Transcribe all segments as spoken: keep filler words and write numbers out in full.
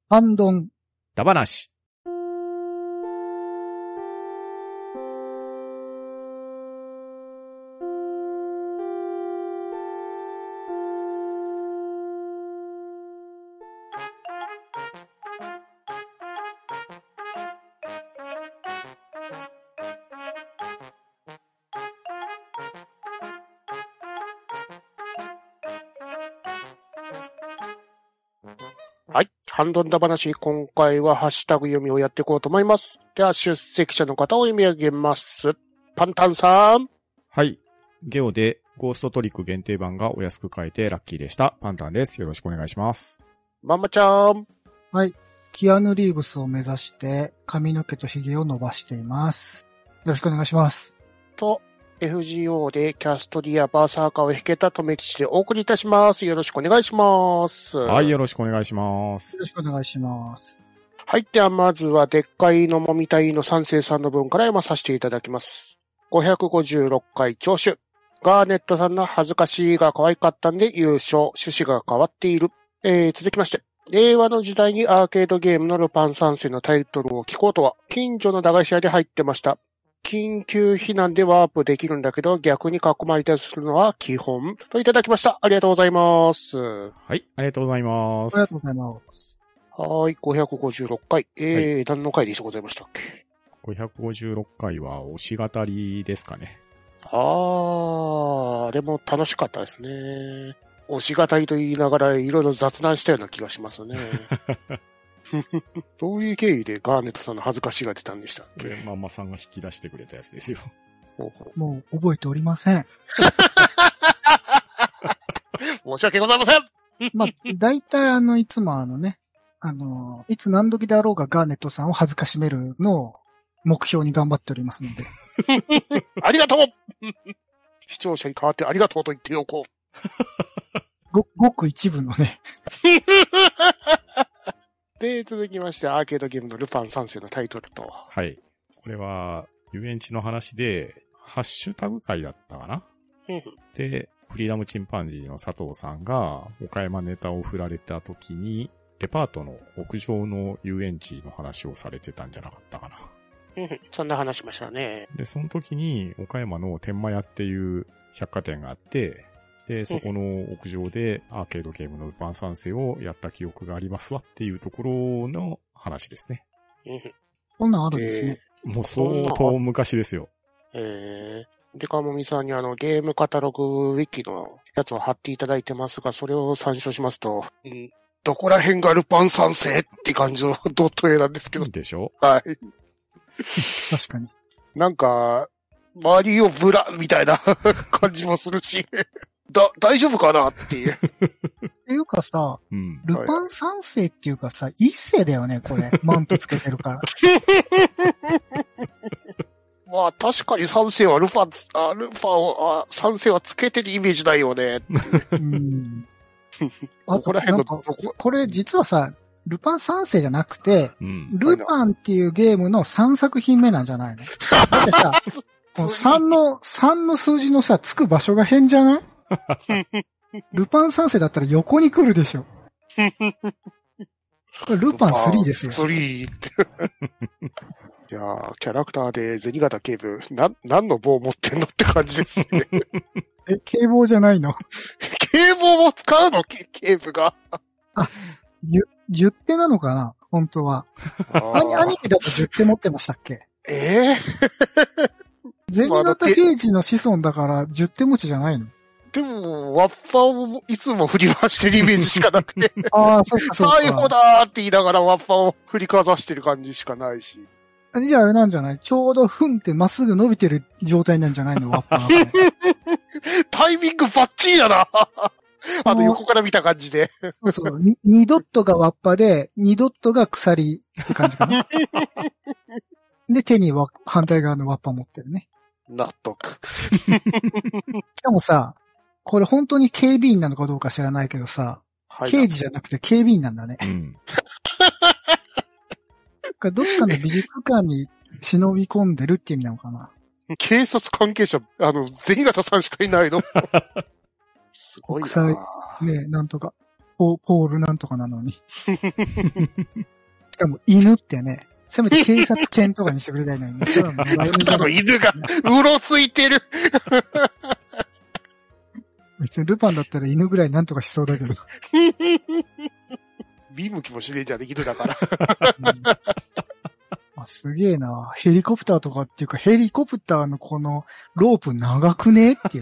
ハンドン。 ダバナシ。 はい。ハンドンダ話、今回はハッシュタグ読みをやっていこうと思います。では、出席者の方を読み上げます。パンタンさん。 はい。ゲオでゴーストトリック限定版がお安く買えてラッキーでした。パンタンです。よろしくお願いします。 ママちゃん。 はい。キアヌ・リーブスを目指して髪の毛と髭を伸ばしています。よろしくお願いします。 と、エフジーオー でキャストリアバーサーカーを引けたとめきちでお送りいたします。よろしくお願いします。 はい、よろしくお願いします。 よろしくお願いします。 はい。では、まずは、でっかいのもみたいの三世さんの分から読まさせていただきます。ごひゃくごじゅうろっかい聴取。ガーネットさんの恥ずかしいが可愛かったんで優勝。趣旨が変わっている。えー、続きまして。令和の時代にアーケードゲームのルパン三世のタイトルを聞こうとは、近所の駄菓子屋で入ってました。緊急避難でワープできるんだけど、逆に囲まれたりするのは基本といただきました。ありがとうございます。 はい、ありがとうございます。 ありがとうございます。 はい、ごひゃくごじゅうろっかい。えー、はい、何の回でございましたっけ？ ごひゃくごじゅうろっかいは推し語りですかね。 あー、あれも楽しかったですね。推し語りと言いながらいろいろ雑談したような気がしますね。どういう経緯でガーネットさんの恥ずかしが出たんでしたっけ？ ママさんが引き出してくれたやつですよ。 ほうほうもう覚えておりません。 申し訳ございません。 まあ、大体あの、いつもあのね、あの、いつ何時であろうがガーネットさんを恥ずかしめるのを目標に頑張っておりますので。 ありがとう視聴者に代わってありがとうと言っておこう。 ご、ごく一部のね。 で、続きまして、アーケードゲームのルパン三世のタイトルと。 はい。これは、遊園地の話で、ハッシュタグ会だったかなで、フリーダムチンパンジーの佐藤さんが、岡山ネタを振られた時に、デパートの屋上の遊園地の話をされてたんじゃなかったかな。 そんな話しましたね。 で、その時に、岡山の天満屋っていう百貨店があって、で、そこの屋上でアーケードゲームのルパン三世をやった記憶がありますわっていうところの話ですね。 こんなんあるんですね。 えー、もう相当昔ですよ。 えー、でかもみさんにあのゲームカタログウィキのやつを貼っていただいてますが、それを参照しますと、うん、どこら辺がルパン三世って感じのドット絵なんですけど。 でしょ？ はい。 確かに。 なんか、マリオブラみたいな感じもするし。だ、大丈夫かなっていう。 っていうかさ、うん、ルパン三世っていうかさ、一世だよね、これ。マントつけてるから。 まあ確かに三世はルパン、あルパンを、あ三世はつけてるイメージないよね。うん。ここら辺のどここれ実はさ、ルパン三世じゃなくて、うん、ルパンっていうゲームのさんさく品目なんじゃないの？だってさ、このさんの、さんの数字のさ、つく場所が変じゃない？ルパン三世だったら横に来るでしょ。これルパンスリーですよ。 スリーって。いやー、キャラクターで銭形警部、な、何の棒持ってんのって感じですね。 え、警棒じゃないの？ 警棒も使うの警部が。 あ、じゅ、じゅってなのかな本当は。アニ、アニメだとじゅって持ってましたっけ？ ええー。銭形刑事の子孫だからじゅって持ちじゃないの？ でも、ワッパをいつも振り回してるイメージしかなくて。 ああ、そっかそっか。 逮捕だーって言いながらワッパを振りかざしてる感じしかないし。 じゃああれなんじゃない？ちょうどふんってまっすぐ伸びてる状態なんじゃないのワッパが。 タイミングバッチリだな。あの横から見た感じで。 そうそう。にドットがワッパで、にドットが鎖って感じかな。で、手には反対側のワッパ持ってるね。 納得。 しかもさ、これ本当に警備員なのかどうか知らないけどさ、はい、刑事じゃなくて警備員なんだね。うん、どっかの美術館に忍び込んでるって意味なのかな。 警察関係者、あの、銭形さんしかいないの。すごいな。 国際、ねえ、なんとか。 ポポールなんとかなのに。しかも犬ってね、せめて警察犬とかにしてくれたいのにね。ただの野良犬じゃない犬がうろついてる。 別にルパンだったら犬ぐらいなんとかしそうだけど。 見向きもしねえじゃん、犬だから。 うんあすげえな。ヘリコプターとかっていうか、ヘリコプターのこのロープ長くねっていう。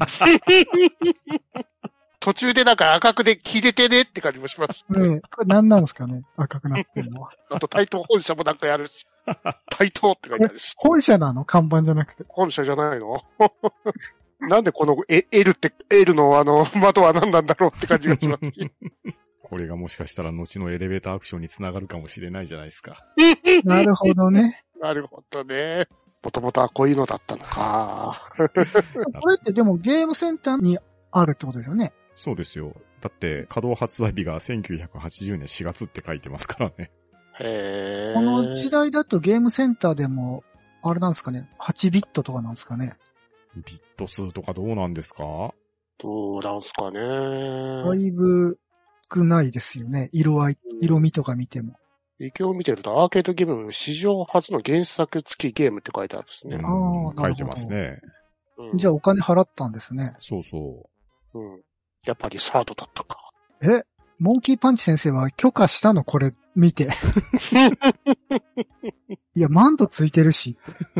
途中でなんか赤くで切れてねって感じもします。 ねえ、これ何なんですかね赤くなってるのは。 あと、対等本社もなんかやるし。対等って書いてあるし。 本社なの看板じゃなくて。 本社じゃないのなんでこの L って、L のあの、窓は何なんだろうって感じがします。 これがもしかしたら後のエレベーターアクションにつながるかもしれないじゃないですか。 なるほどね。 なるほどね。もともとはこういうのだったのか。 これってでもゲームセンターにあるってことですよね。 そうですよ。だって稼働発売日がせんきゅうひゃくはちじゅうねんしがつって書いてますからね。 へー。 この時代だとゲームセンターでも、あれなんですかね、はちビットとかなんですかね。 ビット数とかどうなんですか？ どうなんすかね。 だいぶ少ないですよね。色合い、色味とか見ても。 一応見てるとアーケードゲーム史上初の原作付きゲームって書いてあるんですね。 うんあーなるほど書いてますね。 うん、 じゃあお金払ったんですね。 そうそうん。やっぱりサードだったか。 えモンキーパンチ先生は許可したのこれ見て。いや、マントついてるし。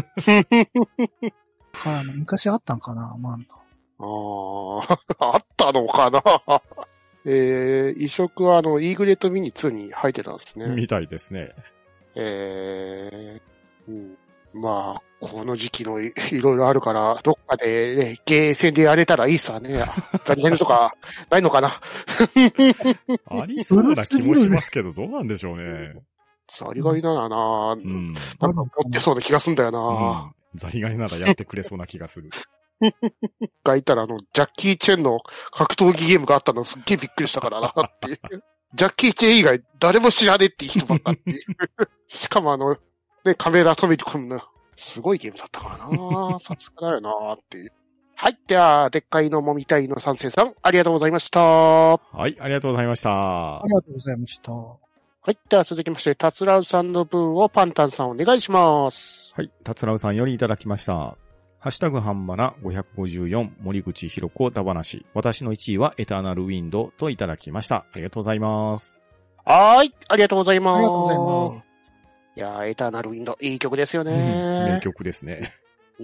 あの昔あったんかな、マント。 ああ、あったのかなえー、移植はあの、イーグレットミニツーに入ってたんですう。 ね。 みたいですね。 えー、うん、まあ、この時期の い, いろいろあるから、どっかでね、ゲーセンでやれたらいいっすわね。ザリガニとか、ないのかなありそうな気もしますけど、どうなんでしょうね。 ザリガニならな、 うん。 なんか持ってそうな気がすんだよな。 うん、ザリガニならやってくれそうな気がする。 がいたら、あの、ジャッキー・チェンの格闘技ゲームがあったのすっげえびっくりしたからなっていう。ジャッキー・チェン以外誰も知らねえっていう人ばっかっていう。しかもあの、ね、カメラ止めて込むの、すごいゲームだったからなさすがだよなっていう。はい。では、でっかいのもみたいの三世さん、ありがとうございました。ははい、ありがとうございました。 ありがとうございました。 い。では続きまして、たつらうさんの分をパンタンさんお願いします。 はい、たつらうさんよりいただきました。ハッシュタグ半ばなごひゃくごじゅうよん森口博子だ話。私のいちいはエターナルウィンドといただきました。ありがとうございます。 はーい。ありがとうございます。 ありがとうございます。 いやー、エターナルウィンド、いい曲ですよね、 うん。名曲ですね。 うん。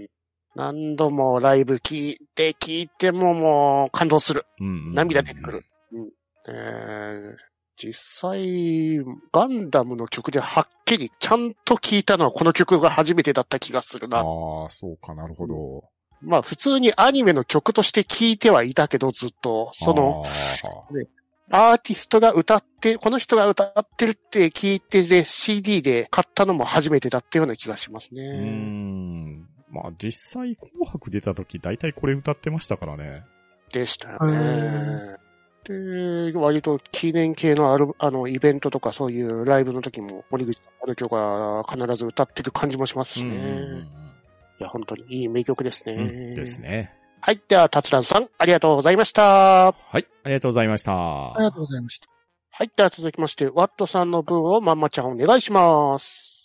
何度もライブ聴いて聴いてももう感動する。うんうんうんうん、涙出てくる。うんえー、実際、ガンダムの曲ではっきりちゃんと聴いたのはこの曲が初めてだった気がするな。 ああ、そうかなるほど。 まあ普通にアニメの曲として聴いてはいたけどずっと、その、ね、アーティストが歌って、この人が歌ってるって聞いてで シーディー で買ったのも初めてだったような気がしますね。 うーん。まあ実際紅白出た時大体これ歌ってましたからね。 でしたよね。で、割と記念系のある、あの、イベントとかそういうライブの時も森口さんの曲が必ず歌ってる感じもしますしね。うんうんうん、いや、本当にいい名曲ですね。うん、 ですね。 はい。では、たつらんさん、ありがとうございました。 はい。ありがとうございました。 ありがとうございました。 はい。では、続きまして、ワットさんの分をまんまちゃんお願いします。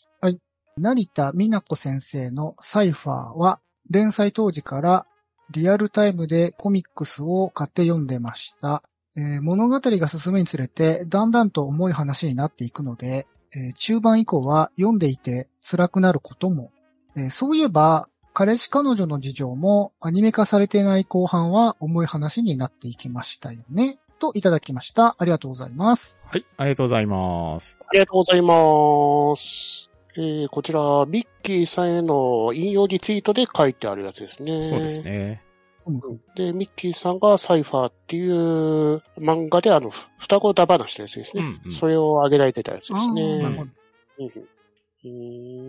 はい。成田美奈子先生のサイファーは、連載当時からリアルタイムでコミックスを買って読んでました。えー、物語が進むにつれて、だんだんと重い話になっていくので、えー、中盤以降は読んでいて辛くなることも、えー、そういえば、彼氏彼女の事情もアニメ化されていない後半は重い話になっていきましたよね。といただきました。ありがとうございます。 はい、ありがとうございます。 ありがとうございます。えー、こちら、ミッキーさんへの引用リツイートで書いてあるやつですね。 そうですね。 で、ミッキーさんがサイファーっていう漫画であの、双子だ話のやつですね。うんうん、それを挙げられてたやつですね。なるほど。うん、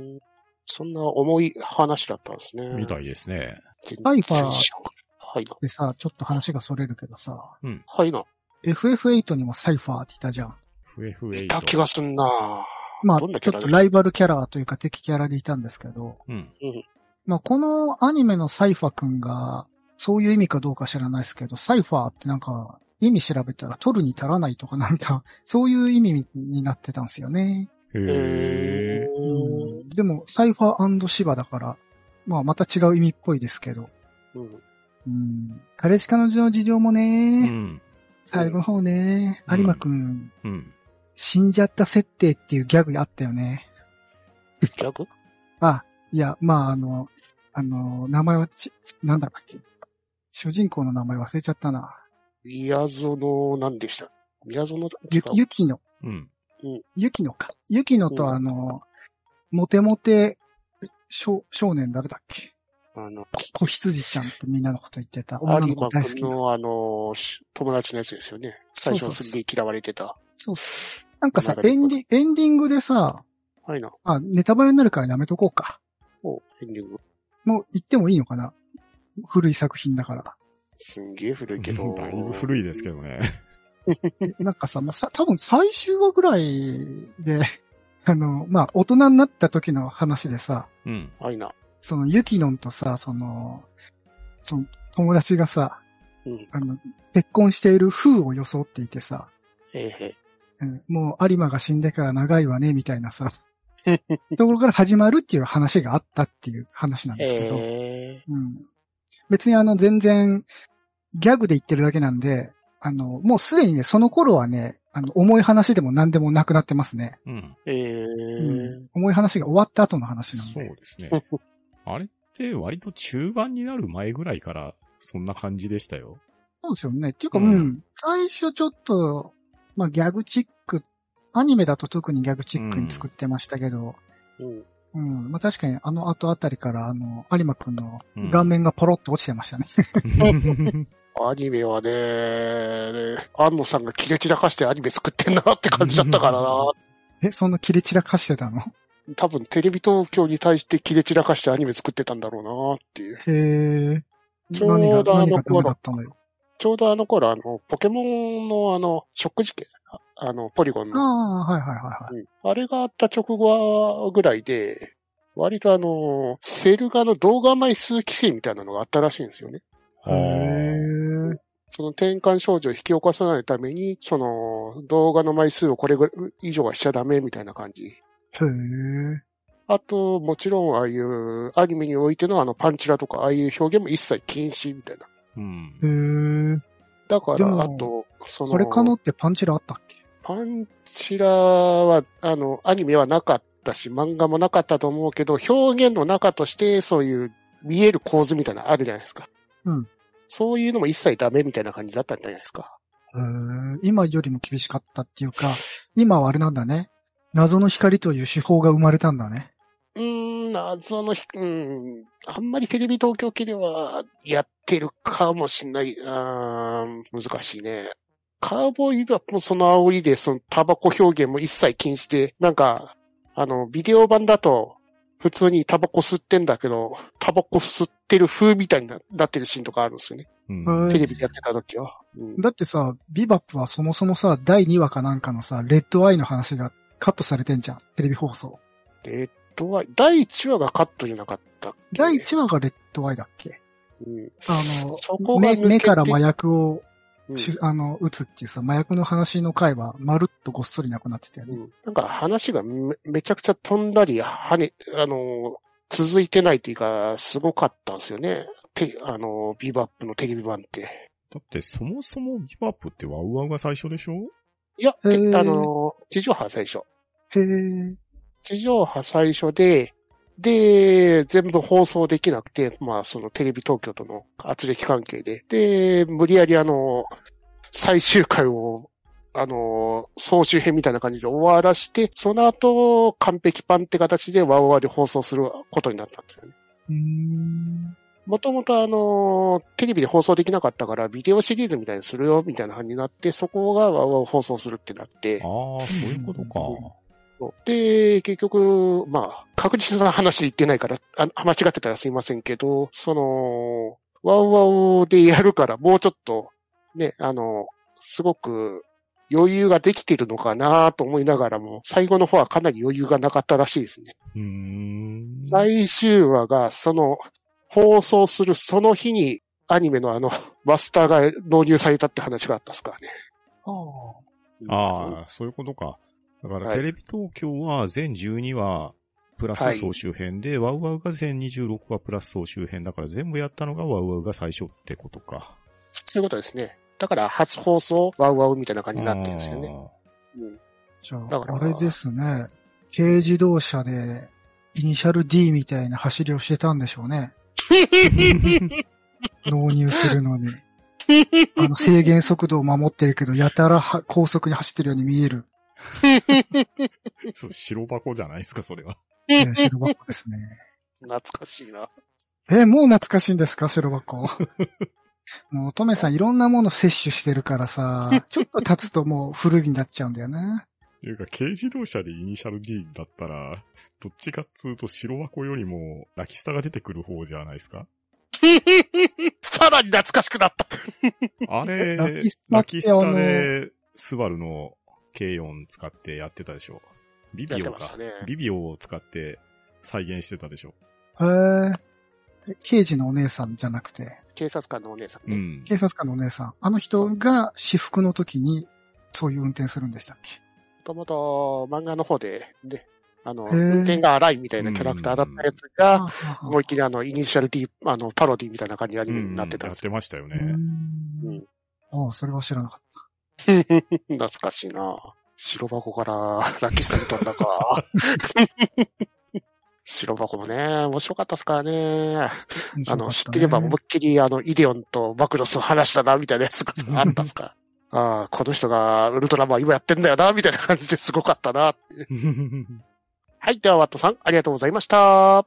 うんそんな重い話だったんですね。 みたいですね。 サイファーでさ、ちょっと話がそれるけどさ。 うん。はいな。 エフエフエイト にもサイファーっていたじゃん。 エフエフエイト。 いた気がすんなまあ、ちょっとライバルキャラというか敵キャラでいたんですけど。うん。まあ、このアニメのサイファーくんが、そういう意味かどうか知らないですけど、サイファーってなんか、 意味調べたら取るに足らないとかなんか、そういう意味になってたんですよね。 へー。 うん、でも、サイファー&シバだから、まあまた違う意味っぽいですけど。 うん。 うん。彼氏彼女の事情もね、うん、最後の方ね、有馬くん、うん、死んじゃった設定っていうギャグあったよね。 ギャグ？ あ、いや、まああの、あの、名前はち、なんだっけ。主人公の名前忘れちゃったな。 宮園なんでした？宮園ゆ、ゆきの。 うん。 ゆきのか。ゆきのとあの、モテモテ少、少年誰だっけ？あの、子羊ちゃんってみんなのこと言ってた。女の子大好きな。 のあの、友達のやつですよね。最初すげえ嫌われてた。 そうそう。なんかさ、エンディ、エンディングでさ、 はいな。 あ、ネタバレになるからやめとこうか。 お、エンディング。 もう言ってもいいのかな？古い作品だから。 すんげえ古いけど。 だいぶ古いですけどね。 なんかさ、まあ、さ、多分最終話ぐらいで、あの、まあ、大人になった時の話でさ、 うん。 はいな。 その、ユキノンとさ、その、その、友達がさ、うん、あの、結婚している風を装っていてさ、 へへへ、 うん、もう有馬が死んでから長いわね、みたいなさ、ところから始まるっていう話があったっていう話なんですけど、うん、別にあの、全然、ギャグで言ってるだけなんで、あの、もうすでにね、その頃はね、あの、重い話でも何でもなくなってますね。 うん。 えーうん、重い話が終わった後の話なんで。 そうですね。あれって割と中盤になる前ぐらいからそんな感じでしたよ。 そうですよね。っていうか、うん、うん、最初ちょっと、まあ、ギャグチック、アニメだと特にギャグチックに作ってましたけど、うん。うん、まあ、確かにあの後あたりからあの、有馬くんの顔面がポロッと落ちてましたね。うんアニメはね、安野さんがキレ散らかしてアニメ作ってんなって感じだったからな。 え、そんなキレ散らかしてたの？ 多分テレビ東京に対してキレ散らかしてアニメ作ってたんだろうなっていう。 へー。ちょうどあの頃、 ちょうどあの頃、あの、ポケモンのあの、ショック事件、あの、ポリゴンの。 ああ、はいはいはいはい、 うん。あれがあった直後ぐらいで、割とあの、セルガの動画枚数規制みたいなのがあったらしいんですよね。 へー。 その転換症状を引き起こさないために、その動画の枚数をこれぐらい以上はしちゃダメみたいな感じ。 へー。 あと、もちろんああいうアニメにおいてのあのパンチラとかああいう表現も一切禁止みたいな。 うん。 へー。 だから、あと、 その。これ可能ってパンチラあったっけ？ パンチラは、あの、アニメはなかったし、漫画もなかったと思うけど、表現の中としてそういう見える構図みたいなのあるじゃないですか。 うん。 そういうのも一切ダメみたいな感じだったんじゃないですか。 へー、今よりも厳しかったっていうか、今はあれなんだね。謎の光という手法が生まれたんだね。 うーん、謎の、うん、あんまりテレビ東京系ではやってるかもしれない。あー、難しいね。カーボーイビバップもその煽りで、そのタバコ表現も一切禁止で、なんか、あの、ビデオ版だと、普通にタバコ吸ってんだけど、タバコ吸ってる風みたいになってるシーンとかあるんですよね。うん、テレビでやってた時は、 うん。だってさ、ビバップはそもそもさ、だいにわかなんかのさ、レッドアイの話がカットされてんじゃん。テレビ放送。 レッドアイ、だいいちわがカットじゃなかったっけ？ だいいちわがレッドアイだっけ？うん。あの、 そこが目、目から麻薬を、うん、あの、撃つっていうさ、麻薬の話の回は、まるっとごっそりなくなってたよね。うん、 なんか話が め, めちゃくちゃ飛んだり、はね、あの、続いてないっていうか、すごかったんですよね。て、あの、ビバップのテレビ版って。 だってそもそもビバップってワウワウが最初でしょ？ いや、あの、地上波最初。 へー。 地上波最初で、で、全部放送できなくて、まあ、そのテレビ東京との圧力関係で、で、無理やりあの、最終回を、あの、総集編みたいな感じで終わらして、その後、完璧版って形でワウワウで放送することになったんですよね。 うーん。 もともとあの、テレビで放送できなかったから、ビデオシリーズみたいにするよ、みたいな感じになって、そこがワウワウ放送するってなって。 ああ、そういうことか。 で、結局、まあ、確実な話言ってないから、あ間違ってたらすいませんけど、その、ワウワウでやるから、もうちょっと、ね、あの、すごく余裕ができてるのかなと思いながらも、最後の方はかなり余裕がなかったらしいですね。 うーん。 最終話が、その、放送するその日にアニメのあの、マスターが納入されたって話があったっすからね。 ああ。ああ、そういうことか。だからテレビ東京は全じゅうにわプラス総集編で、はい、ワウワウが全にじゅうろくわプラス総集編だから全部やったのがワウワウが最初ってことか。 そういうことですね。だから初放送ワウワウみたいな感じになってるんですよね。うん、 じゃあ、あれですね。軽自動車でイニシャル D みたいな走りをしてたんでしょうね。納入するのに。あの制限速度を守ってるけど、やたら高速に走ってるように見える。 そう、白箱じゃないですか、それは。 ね、白箱ですね。 懐かしいな。 え、もう懐かしいんですか、白箱。もう乙女さんいろんなもの摂取してるからさ、ちょっと経つともう古着になっちゃうんだよね。 というか、軽自動車でイニシャル D だったら、どっちかっつうと白箱よりもラキスタが出てくる方じゃないですか。 さらに懐かしくなった。 あれ、ラキスタ、ラキスタでスバルの軽よん使ってやってたでしょ。ビビオか、ね。ビビオを使って再現してたでしょ。 へー。刑事のお姉さんじゃなくて。 警察官のお姉さんね。うん、 警察官のお姉さん。あの人が私服の時にそういう運転するんでしたっけ？ もともと漫画の方で、で、あの、運転が荒いみたいなキャラクターだったやつが、思いっきりあの、イニシャル D、あの、パロディみたいな感じのアニメになってたんですよ。 やってましたよね。 うん。ああ、それは知らなかった。 懐かしいな。白箱からラッキースタに飛んだか。白箱もね、面白かったっすからね。ね、あの、知ってれば思いっきりあの、イデオンとマクロスを話したな、みたいなやつがあったっすか。ああ、この人がウルトラマン今やってんだよな、みたいな感じですごかったなって。はい、ではワットさん、ありがとうございました。 はい、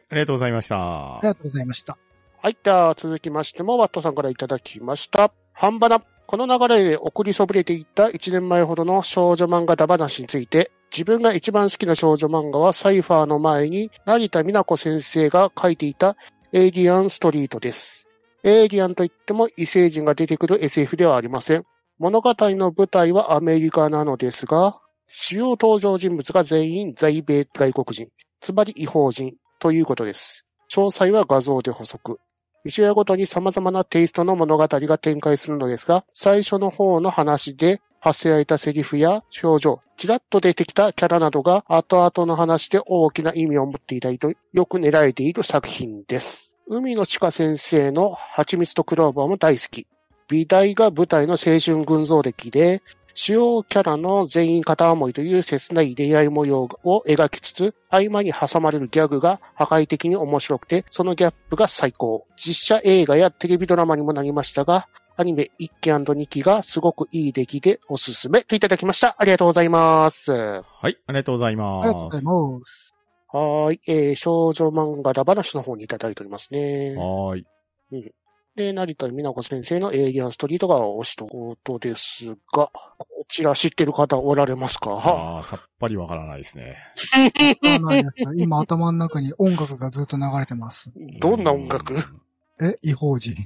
ありがとうございました。 ありがとうございました。 はい、では続きましてもワットさんからいただきました。半ばな。この流れで送りそびれていったいちねんまえほどの少女漫画だ話について、自分が一番好きな少女漫画はサイファーの前に成田美奈子先生が書いていたエイリアンストリートです。エイリアンといっても異星人が出てくる エスエフ ではありません。物語の舞台はアメリカなのですが、主要登場人物が全員在米外国人、つまり違法人ということです。詳細は画像で補足。一話ごとに様々なテイストの物語が展開するのですが、最初の方の話で発せられたセリフや表情、ちらっと出てきたキャラなどが後々の話で大きな意味を持っていたりとよく練られている作品です。海野千佳先生の蜂蜜とクローバーも大好き。美大が舞台の青春群像劇で、主要キャラの全員片思いという切ない恋愛模様を描きつつ、合間に挟まれるギャグが破壊的に面白くて、そのギャップが最高。実写映画やテレビドラマにもなりましたが、アニメいっきにきがすごくいい出来でおすすめといただきました。ありがとうございます。 はい、ありがとうございます。 ありがとうございます。 はい、えー、少女漫画だ話の方にいただいておりますね。 はい。 うん。で、成田美奈子先生のエイリアンストリートが推しとことですが、こちら知ってる方おられますか？ ああ、さっぱりわからないですね。 今頭の中に音楽がずっと流れてます。 どんな音楽？ え、違法人。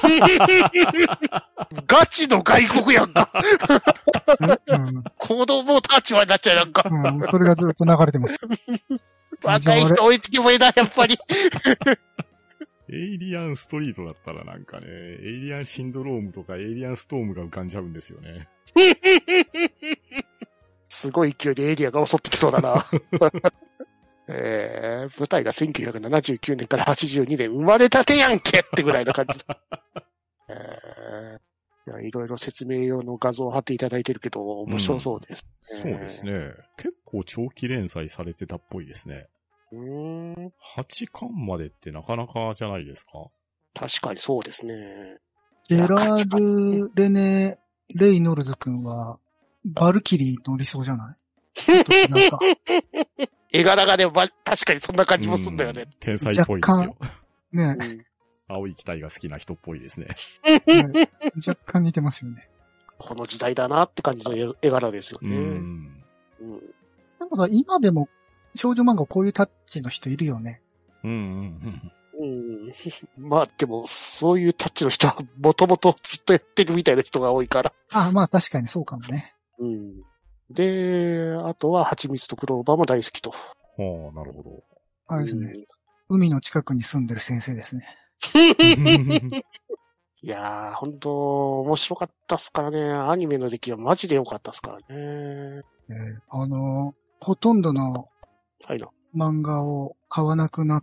ガチの外国やんか。 うん、 子供たちはなっちゃうなんか。 うん、それがずっと流れてます。 若い人置いてきぼえだ、やっぱり。 エイリアンストリートだったらなんかね、エイリアンシンドロームとかエイリアンストームが浮かんじゃうんですよね。 すごい勢いでエイリアンが襲ってきそうだな。えー、舞台がせんきゅうひゃくななじゅうきゅうねんからはちじゅうにねん生まれたてやんけってぐらいの感じだ。えー、いや、いろいろ説明用の画像を貼っていただいてるけど、面白そうです、 うん。そうですね。結構長期連載されてたっぽいですね。 うーん。 はちかんまでってなかなかじゃないですか？ 確かにそうですね。 ジェラール・レネ・レイノルズ君は、バルキリー乗りそうじゃない？ちょっと違うか。 絵柄がね、確かにそんな感じもすんだよね。 天才っぽいですよ。 ね、 うん、 青い機体が好きな人っぽいですね。 ね、若干似てますよね。 この時代だなって感じの絵柄ですよね。うん。うん、 なんかさ、今でも少女漫画こういうタッチの人いるよね。 うんうんうん。まあでも、そういうタッチの人はもともとずっとやってるみたいな人が多いから。 ああ、まあ確かにそうかもね。 うん。で、あとは蜂蜜とクローバーも大好きと。 はあ、なるほど。 あれですね、うん。海の近くに住んでる先生ですね。 いやー、ほんと、面白かったっすからね。アニメの出来はマジで良かったっすからね。 えー、あの、ほとんどの漫画を買わなくなって、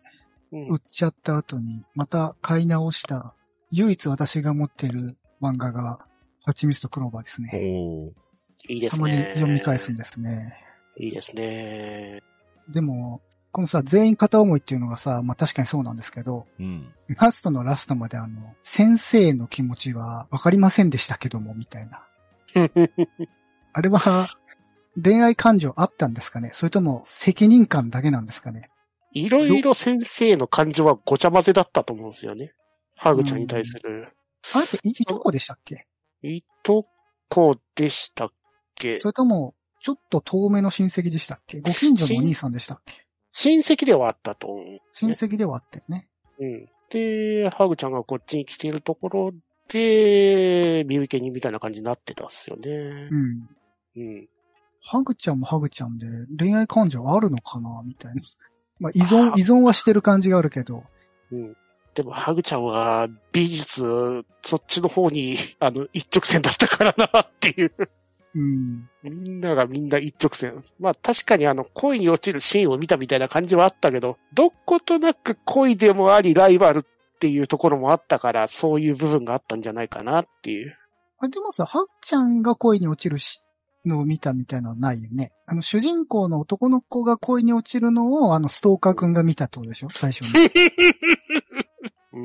売っちゃった後に、また買い直した、唯一私が持ってる漫画が、ハチミツとクローバーですね。 おいいですね。 たまに読み返すんですね。 いいですね。 でも、このさ、全員片思いっていうのがさ、まあ確かにそうなんですけど、うん、ラストのラストまであの、先生の気持ちはわかりませんでしたけども、みたいな。あれは、恋愛感情あったんですかね？それとも責任感だけなんですかね？ いろいろ先生の感情はごちゃ混ぜだったと思うんですよね。ハグちゃんに対する。 うん、あれってい、いとこでしたっけ？ いとこでしたっけ？ それとも、ちょっと遠めの親戚でしたっけ？ご近所のお兄さんでしたっけ？ 親戚ではあったと思う、ね。 親戚ではあったよね。 うん。で、ハグちゃんがこっちに来ているところで、身請け人みたいな感じになってたっすよね。うん。 うん。ハグちゃんもハグちゃんで恋愛感情あるのかなみたいな。まあ依存、依存はしてる感じがあるけど。 うん。でも、ハグちゃんは美術、そっちの方に、あの、一直線だったからなっていう。うん。みんながみんな一直線。まあ確かにあの、恋に落ちるシーンを見たみたいな感じはあったけど、どことなく恋でもあり、ライバルっていうところもあったから、そういう部分があったんじゃないかなっていう。 あれでもさ、ハグちゃんが恋に落ちるし、のを見たみたいなのはないよね。あの、主人公の男の子が恋に落ちるのを、あの、ストーカーくんが見たってことでしょ？最初に。 うん。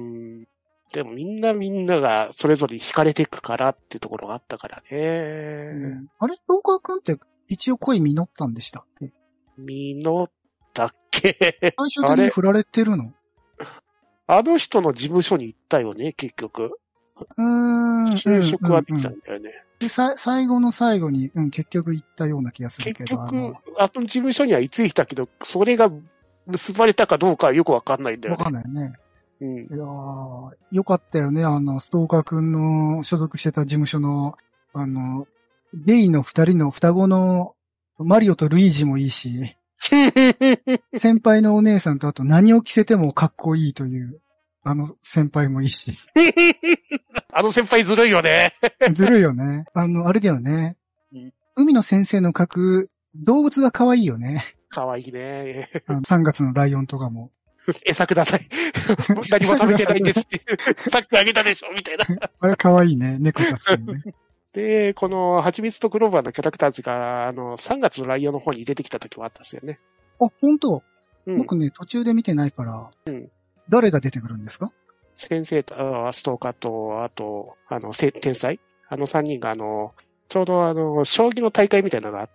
でもみんなみんながそれぞれ惹かれていくからっていうところがあったからね。うん、 あれストーカーくんって一応恋実ったんでしたっけ？ 実ったっけ？ 最終的に振られてるの？ あの人の事務所に行ったよね、結局。 うーん。 就職はできたんだよね。うんうんうん、 で、さ、最後の最後に、うん、結局行ったような気がするけど。 結局、あの、あの事務所には居ついたけど、それが結ばれたかどうかはよくわかんないんだよね。 わかんないよね。 うん。 いやー、よかったよね。あの、ストーカーくんの所属してた事務所の、あの、ゲイの二人の双子のマリオとルイージもいいし、先輩のお姉さんとあと何を着せてもかっこいいという、あの先輩もいいし。 あの先輩ずるいよね。 ずるいよね。あの、あれだよね。うん、海野先生の描く動物が可愛いよね。 可愛いね。 あのさんがつのライオンとかも。 餌ください。何も食べてないんですって。さっきあげたでしょみたいな。 あれ可愛いね。猫たちもね。 で、この、ハチミツとクローバーのキャラクターズが、あの、さんがつのライオンの方に出てきた時もあったんですよね。 あ、本当、うん、僕ね、途中で見てないから、うん、誰が出てくるんですか？ 先生と、ストーカーと、あと、あの、天才あのさんにんが、あの、ちょうどあの、将棋の大会みたいなのがあって、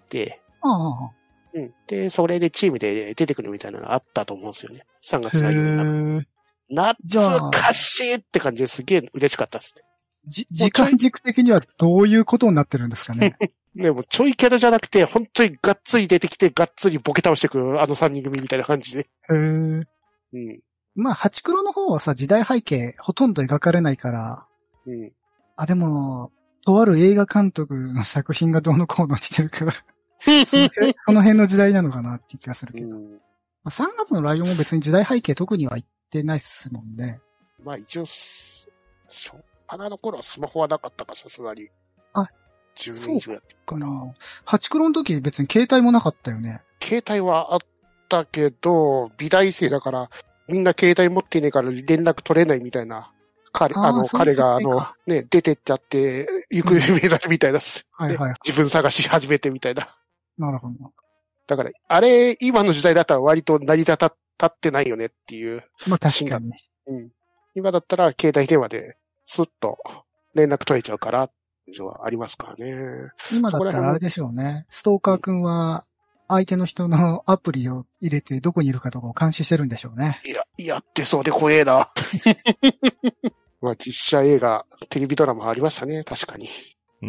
ああ、 うん。で、それでチームで出てくるみたいなのがあったと思うんですよね。さんがつライオンの中。懐かしいって感じですげえ嬉しかったですね。 じ、時間軸的にはどういうことになってるんですかね。 でもちょいキャラじゃなくて、本当にがっつり出てきて、がっつりボケ倒していく、あのさんにん組みたいな感じで。 へー。うん。まあ、ハチクロの方はさ、時代背景ほとんど描かれないから。うん。あ、でも、とある映画監督の作品がどうのこうのって言ってるから、その辺、その辺の時代なのかなって気がするけど。うん、まあ、さんがつのライオンも別に時代背景特には言ってないっすもんね。 まあ一応、初っ端の頃はスマホはなかったか、さすがに。 あ、 じゅうねん以上やってるから。 ハチクロの時別に携帯もなかったよね。 携帯はあったけど、美大生だから、みんな携帯持ってねえから連絡取れないみたいな。彼、あの、彼が、あの、ね、出てっちゃって、行方不明になるみたいな、うん、はいはい。自分探し始めてみたいな。 なるほど。 だから、あれ、今の時代だったら割と成り立ってないよねっていう。 まあ確かに。 うん。今だったら携帯電話で、スッと連絡取れちゃうから、以上はありますからね。 今だったらあれでしょうね。ストーカーくんは、相手の人のアプリを入れてどこにいるかとかを監視してるんでしょうね。 いや、やってそうで怖えな。まあ実写映画、テレビドラマありましたね、確かに。うん。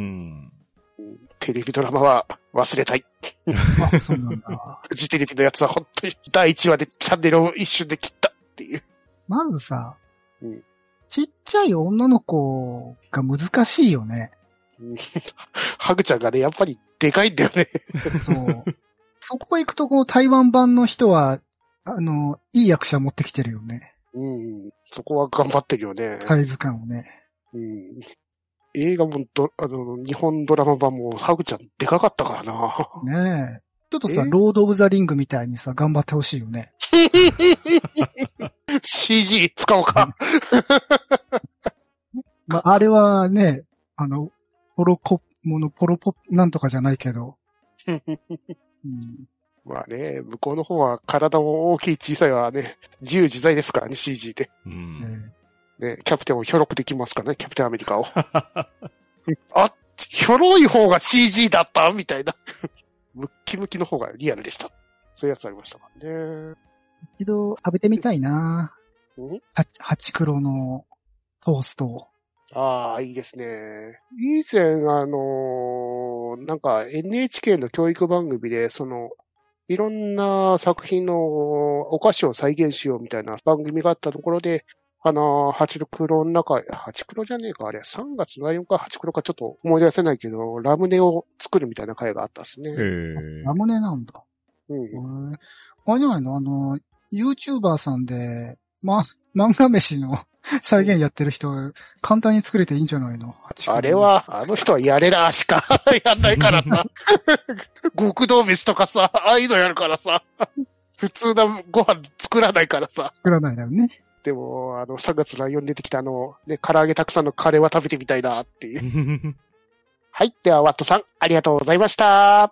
テレビドラマは忘れたい。 あ、そうなんだ。 フジテレビのやつは本当にだいいちわでチャンネルを一瞬で切ったっていう。 まずさ、うん、ちっちゃい女の子が難しいよね。 ハグちゃんがね、やっぱりでかいんだよね。 そう。そこ行くとこの台湾版の人は、あの、いい役者持ってきてるよね。 うん。 そこは頑張ってるよね。 サイズ感をね。 うん。映画もど、あの、日本ドラマ版もハグちゃんでかかったからな。ねえ。ちょっとさ、ロード・オブ・ザ・リングみたいにさ、頑張ってほしいよね。 シージー 使おうか。 まあ、あれはね、あの、ポロコ、ものポロポなんとかじゃないけど。うん、 まあね、向こうの方は体も大きい小さいはね、自由自在ですからね、シージー で。うん、ね、キャプテンをひょろくできますからね、キャプテンアメリカを。あ、ひょろい方が シージー だったみたいな。ムッキムキの方がリアルでした。そういうやつありましたからね。 一度食べてみたいな。ハチ、ハチクロのトーストを。 ああ、いいですね。以前、あのー、なんか エヌエイチケー の教育番組で、その、いろんな作品のお菓子を再現しようみたいな番組があったところで、あのー、ハチクロの中、ハチクロじゃねえか、あれ、さんがつのライオンかハチクロかちょっと思い出せないけど、ラムネを作るみたいな回があったですね。 へラムネなんだ。うん。あれじゃないのあの、YouTuber さんで、ま、漫画飯の再現やってる人、簡単に作れていいんじゃないの？ あれは、あの人はやれらしかやんないからさ。極道飯とかさ、ああいうのやるからさ。普通のご飯作らないからさ。 作らないだよね。 でも、あの、さんがつライオン出てきたあの、ね、唐揚げたくさんのカレーは食べてみたいなっていう。はい。では、ワットさん、ありがとうございました。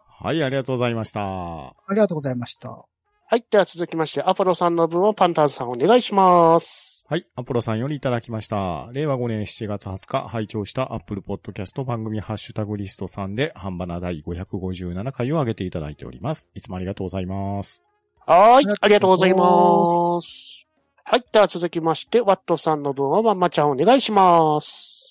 はい、ありがとうございました。 ありがとうございました。 はい。では続きまして、アポロさんの分をパンタンさんお願いします。 はい。アポロさんよりいただきました。れいわごねんしちがつはつか、拝聴したアップルポッドキャスト番組ハッシュタグリストさんで、ハンバナ第ごひゃくごじゅうななかいを上げていただいております。いつもありがとうございます。 はい。ありがとうございます。はい。では続きまして、ワットさんの分はまんまちゃんお願いします。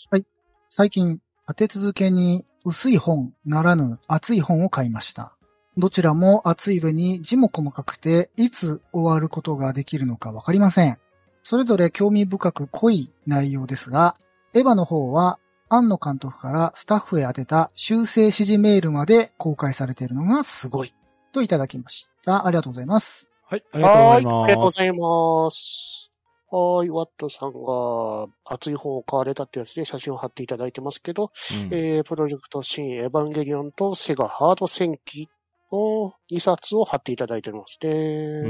はい。最近、立て続けに薄い本ならぬ厚い本を買いました。どちらも厚い上に字も細かくて、いつ終わることができるのかわかりません。それぞれ興味深く濃い内容ですが、エヴァの方は、庵野監督からスタッフへ宛てた修正指示メールまで公開されているのがすごい。といただきました。ありがとうございます。 はい、ありがとうございます。 ありがとうございます。はい、ワットさんが熱い本を買われたってやつで写真を貼っていただいてますけど、うん、えー、プロジェクト新エヴァンゲリオンとセガハード戦記のにさつを貼っていただいてますね。うん。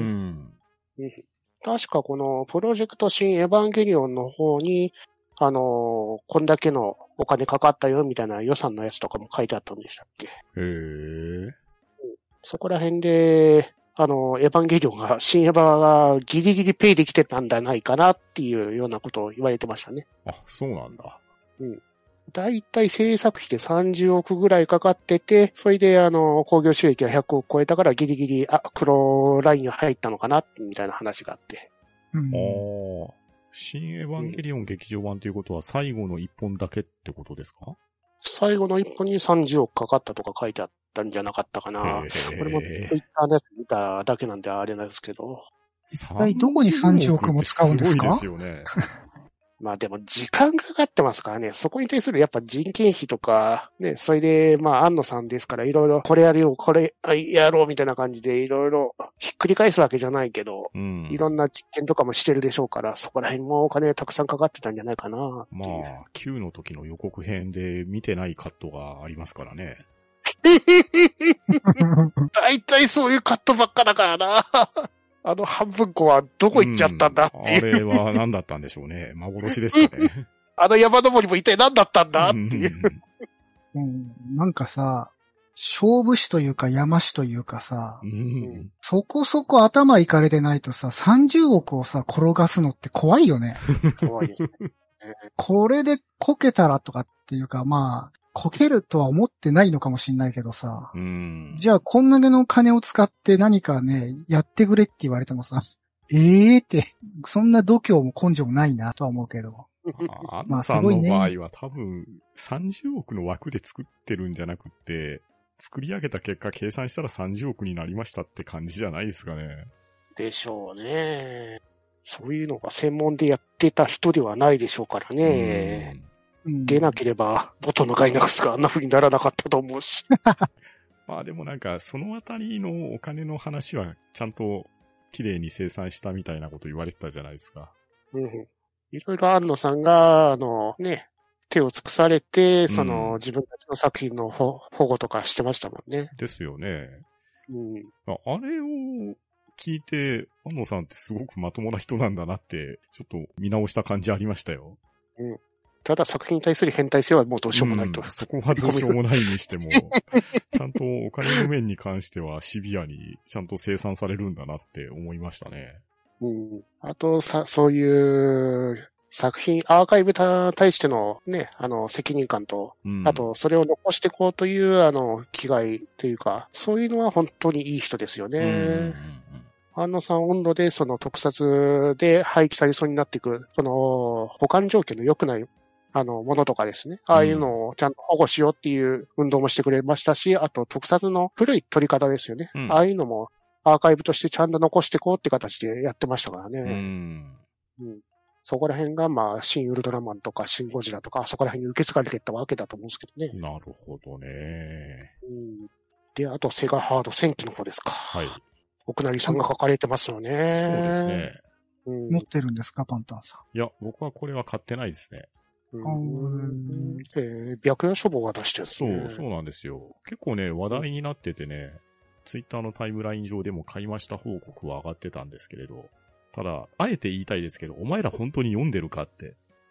確かこのプロジェクト新エヴァンゲリオンの方に、あのー、こんだけのお金かかったよみたいな予算のやつとかも書いてあったんでしたっけ？へー。そこら辺で、あの、エヴァンゲリオンが、新エヴァがギリギリペイできてたんじゃないかなっていうようなことを言われてましたね。 あ、そうなんだ。 うん。だいたい制作費でさんじゅうおくぐらいかかってて、それであの、興行収益がひゃくおく超えたからギリギリ、あ、黒ラインが入ったのかな、みたいな話があって。 うん、ああ。新エヴァンゲリオン劇場版ということは最後の一本だけってことですか？ 最後の一本にさんじゅうおくかかったとか書いてあったんじゃなかったかな。これもツイッターで見ただけなんであれなんですけど。 一体どこにさんじゅうおくも使うんですか？ すごいですよね。 まあでも時間かかってますからね。そこに対するやっぱ人件費とか、ね、それでまあ安野さんですからいろいろこれやるよ、これやろうみたいな感じでいろいろひっくり返すわけじゃないけど、うん、いろんな実験とかもしてるでしょうから、そこら辺もお金たくさんかかってたんじゃないかな。 まあ、きゅうの時の予告編で見てないカットがありますからね。 大体そういうカットばっかだからな。あの半分個はどこ行っちゃったんだっていう、 うん、あれは何だったんでしょうね。幻ですかね。 あの山登りも一体何だったんだっていう、 うん。なんかさ、勝負師というか山師というかさ、うん、そこそこ頭いかれてないとさ、さんじゅうおくをさ、転がすのって怖いよね。 怖いですね。 これでこけたらとかっていうか、まあ、こけるとは思ってないのかもしんないけどさ。うん、じゃあ、こんだけの金を使って何かね、やってくれって言われてもさ、ええーって、そんな度胸も根性もないなとは思うけど。 あまあ、すごいね。あの場合は多分、さんじゅうおくの枠で作ってるんじゃなくて、作り上げた結果計算したらさんじゅうおくになりましたって感じじゃないですかね。 でしょうね。そういうのが専門でやってた人ではないでしょうからね。うん出なければ、元のガイナックスがあんな風にならなかったと思うし。 まあでもなんか、そのあたりのお金の話は、ちゃんと綺麗に生産したみたいなこと言われてたじゃないですか。 うん、 いろいろ安野さんが、あのね、手を尽くされて、その、うん、自分たちの作品の保護とかしてましたもんね。 ですよね。 うん、 あ, あれを聞いて、安野さんってすごくまともな人なんだなって、ちょっと見直した感じありましたよ。 うん。ただ作品に対する変態性はもうどうしようもないと。 うん、そこはどうしようもないにしても、ちゃんとお金の面に関してはシビアにちゃんと生産されるんだなって思いましたね。 うん。あとさ、そういう作品、アーカイブに対してのね、あの、責任感と、うん、あと、それを残していこうという、あの、気概というか、そういうのは本当にいい人ですよね。うんうんうん、安野さん温度で、その特撮で廃棄されそうになっていく、その、保管条件の良くない、あの、ものとかですね。ああいうのをちゃんと保護しようっていう運動もしてくれましたし、あと、特撮の古い撮り方ですよね。うん、ああいうのも、アーカイブとしてちゃんと残していこうって形でやってましたからね。うんうん、そこら辺が、まあ、新ウルトラマンとか、新ゴジラとか、そこら辺に受け継がれていったわけだと思うんですけどね。 なるほどね。 うん、で、あと、セガハード戦記の方ですか。 はい。 奥成さんが書かれてますよね。そうですね。 うん、持ってるんですか、パンタンさん。いや、僕はこれは買ってないですね。 うんえー、白夜書房が出してるんですね。 そう、そうなんですよ。結構ね、話題になっててね、ツイッターのタイムライン上でも買いました報告は上がってたんですけれど、ただ、あえて言いたいですけど、お前ら本当に読んでるかって。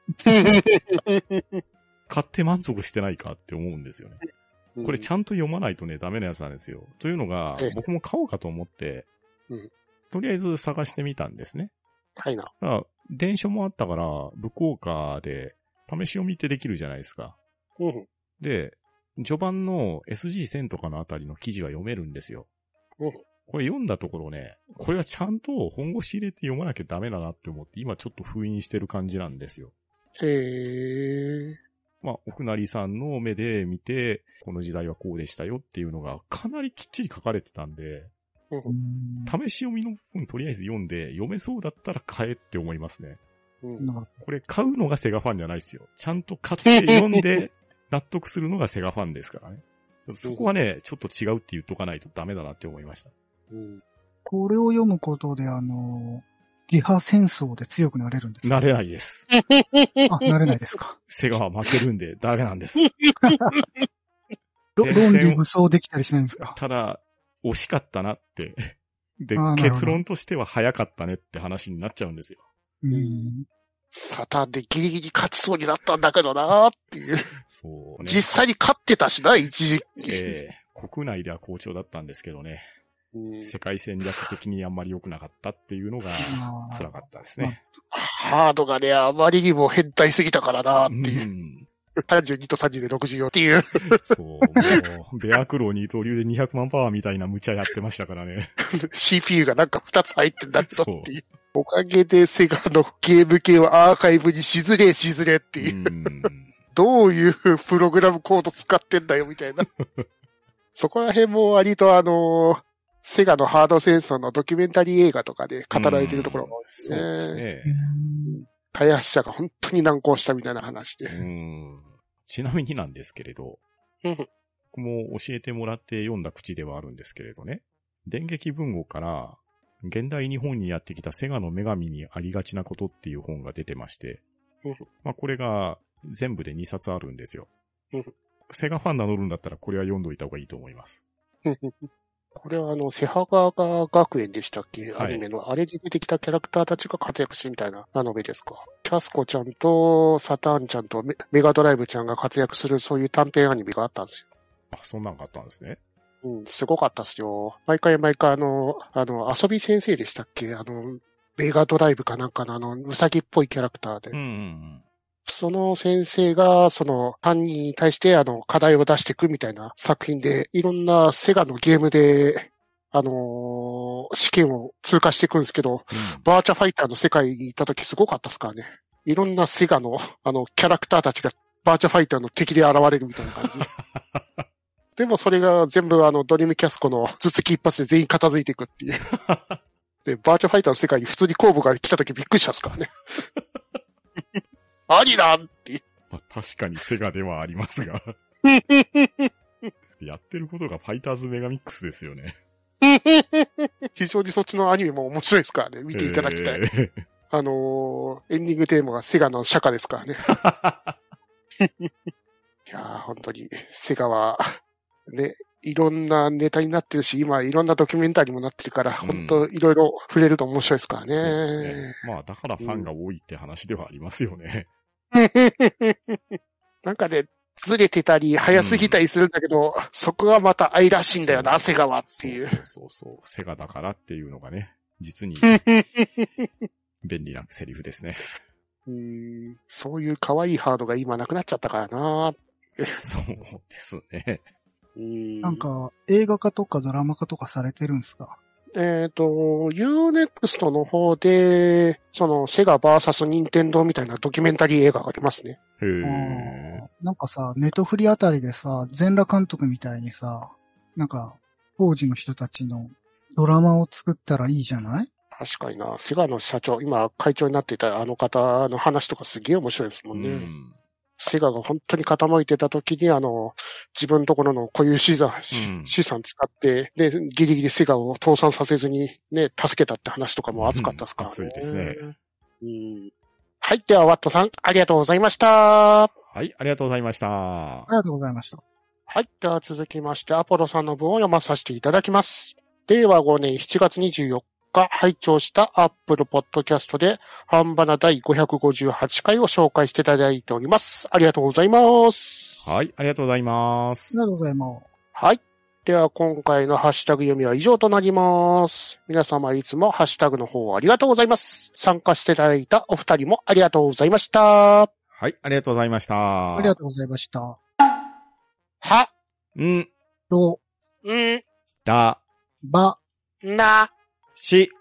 買って満足してないかって思うんですよね。これちゃんと読まないとね、ダメなやつなんですよ。というのが、僕も買おうかと思って、うん、とりあえず探してみたんですね。 はいな。 だから電書もあったから、武効果で試し読みってできるじゃないですか。 うん、 で、序盤の エスジーせん とかのあたりの記事は読めるんですよ。 うん、 これ読んだところね、これはちゃんと本腰入れて読まなきゃダメだなって思って、今ちょっと封印してる感じなんですよ。 へー。 まあ、奥成さんの目で見て、この時代はこうでしたよっていうのがかなりきっちり書かれてたんで、 うん、 試し読みの部分とりあえず読んで、読めそうだったら買えって思いますね。 うん、 これ買うのがセガファンじゃないですよ。ちゃんと買って読んで納得するのがセガファンですからね。そこはね、ちょっと違うって言っとかないとダメだなって思いました。 うん、 これを読むことで、あの、リハ戦争で強くなれるんですか？ なれないです。 あ、なれないですか。 セガは負けるんでダメなんです。 論理無双できたりしないんですか？ ただ、惜しかったなって。で、結論としては早かったねって話になっちゃうんですよ。 うん。 サタンでギリギリ勝ちそうになったんだけどなーっていう。 そうね。 実際に勝ってたしな、一時期。 ええー、国内では好調だったんですけどね。世界戦略的にあんまり良くなかったっていうのが辛かったですね。 ハードがね、あまりにも変態すぎたからなーっていう。うん、さんじゅうにとさんじゅうでろくじゅうよんっていう。 そう、もう、ベアクロー二刀流でにひゃくまんパワーみたいな無茶やってましたからね。 シーピーユー がなんかふたつ入ってんだけどっていう。おかげでセガのゲーム系はアーカイブにしづれしづれっていう。うんどういうプログラムコード使ってんだよみたいな。そこら辺も割とあの、セガのハード戦争のドキュメンタリー映画とかで語られているところが多いですね。 そうですね。 開発者が本当に難航したみたいな話で。 うんちなみになんですけれど、僕も教えてもらって読んだ口ではあるんですけれどね。電撃文庫から現代日本にやってきたセガの女神にありがちなことっていう本が出てまして、まあこれが全部でにさつあるんですよ。セガファン名乗るんだったらこれは読んどいた方がいいと思います。 これはあの、セハガガ学園でしたっけ、アニメの、はい、あれで出てきたキャラクターたちが活躍するみたいなラノベですか。キャスコちゃんとサターンちゃんと メ, メガドライブちゃんが活躍するそういう短編アニメがあったんですよ。 あ、そんなんがあったんですね。 うん、すごかったっすよ。毎回毎回あの、あの、遊び先生でしたっけあの、メガドライブかなんかのあの、うさぎっぽいキャラクターで。 うんうんうんその先生が、その犯人に対して、あの、課題を出していくみたいな作品で、いろんなセガのゲームで、あのー、試験を通過していくんですけど、うん、バーチャファイターの世界に行った時すごかったですからね。いろんなセガの、あの、キャラクターたちがバーチャファイターの敵で現れるみたいな感じ。でもそれが全部あの、ドリームキャスコの頭突き一発で全員片付いていくっていう。で、バーチャファイターの世界に普通に後部が来た時びっくりしたっすからね。ありだって。 まあ、確かにセガではありますが。やってることがファイターズメガミックスですよね。 非常にそっちのアニメも面白いですからね。見ていただきたい。えー、 あのー、エンディングテーマがセガの釈迦ですからね。いやー、本当に、セガは、ね、いろんなネタになってるし、今いろんなドキュメンタリーもなってるから、うん、本当いろいろ触れると面白いですからね。 そうですね。まあ、だからファンが多いって話ではありますよね。 うん、なんかね、ずれてたり、早すぎたりするんだけど、うん、そこがまた愛らしいんだよな、セガはっていう。 そうそうそう。セガだからっていうのがね、実に便利なセリフですね。 うーん、そういう可愛いハードが今なくなっちゃったからな。 そうですね。 うんなんか、映画化とかドラマ化とかされてるんですか？ えっと、ユーネクスト の方で、その、セガバーサスニンテンドーみたいなドキュメンタリー映画がありますね。 へー。 なんかさ、ネトフリあたりでさ、全裸監督みたいにさ、なんか、当時の人たちのドラマを作ったらいいじゃない？ 確かにな。セガの社長、今会長になっていたあの方の話とかすげえ面白いですもんね。うん、セガが本当に傾いてた時に、あの、自分のところの固有資産、うん、資産使って、で、ギリギリセガを倒産させずにね、助けたって話とかも熱かったですからね。 うん、熱いですね。 うん。はい。では、ワットさん、ありがとうございました。 はい、ありがとうございました。 ありがとうございました。 はい。では続きまして、アポロさんの文を読まさせていただきます。れいわごねんしちがつにじゅうよっか、拝聴したアップルポッドキャストで、半ばなだいごひゃくごじゅうはちかいを紹介していただいております。ありがとうございます。 はい、ありがとうございます。 ありがとうございます。 はい。では、今回のハッシュタグ読みは以上となります。皆様いつもハッシュタグの方ありがとうございます。参加していただいたお二人もありがとうございました。 はい、ありがとうございました。 ありがとうございました。 は、 ん、 と、 ん、 だ、 ば、 な、 し、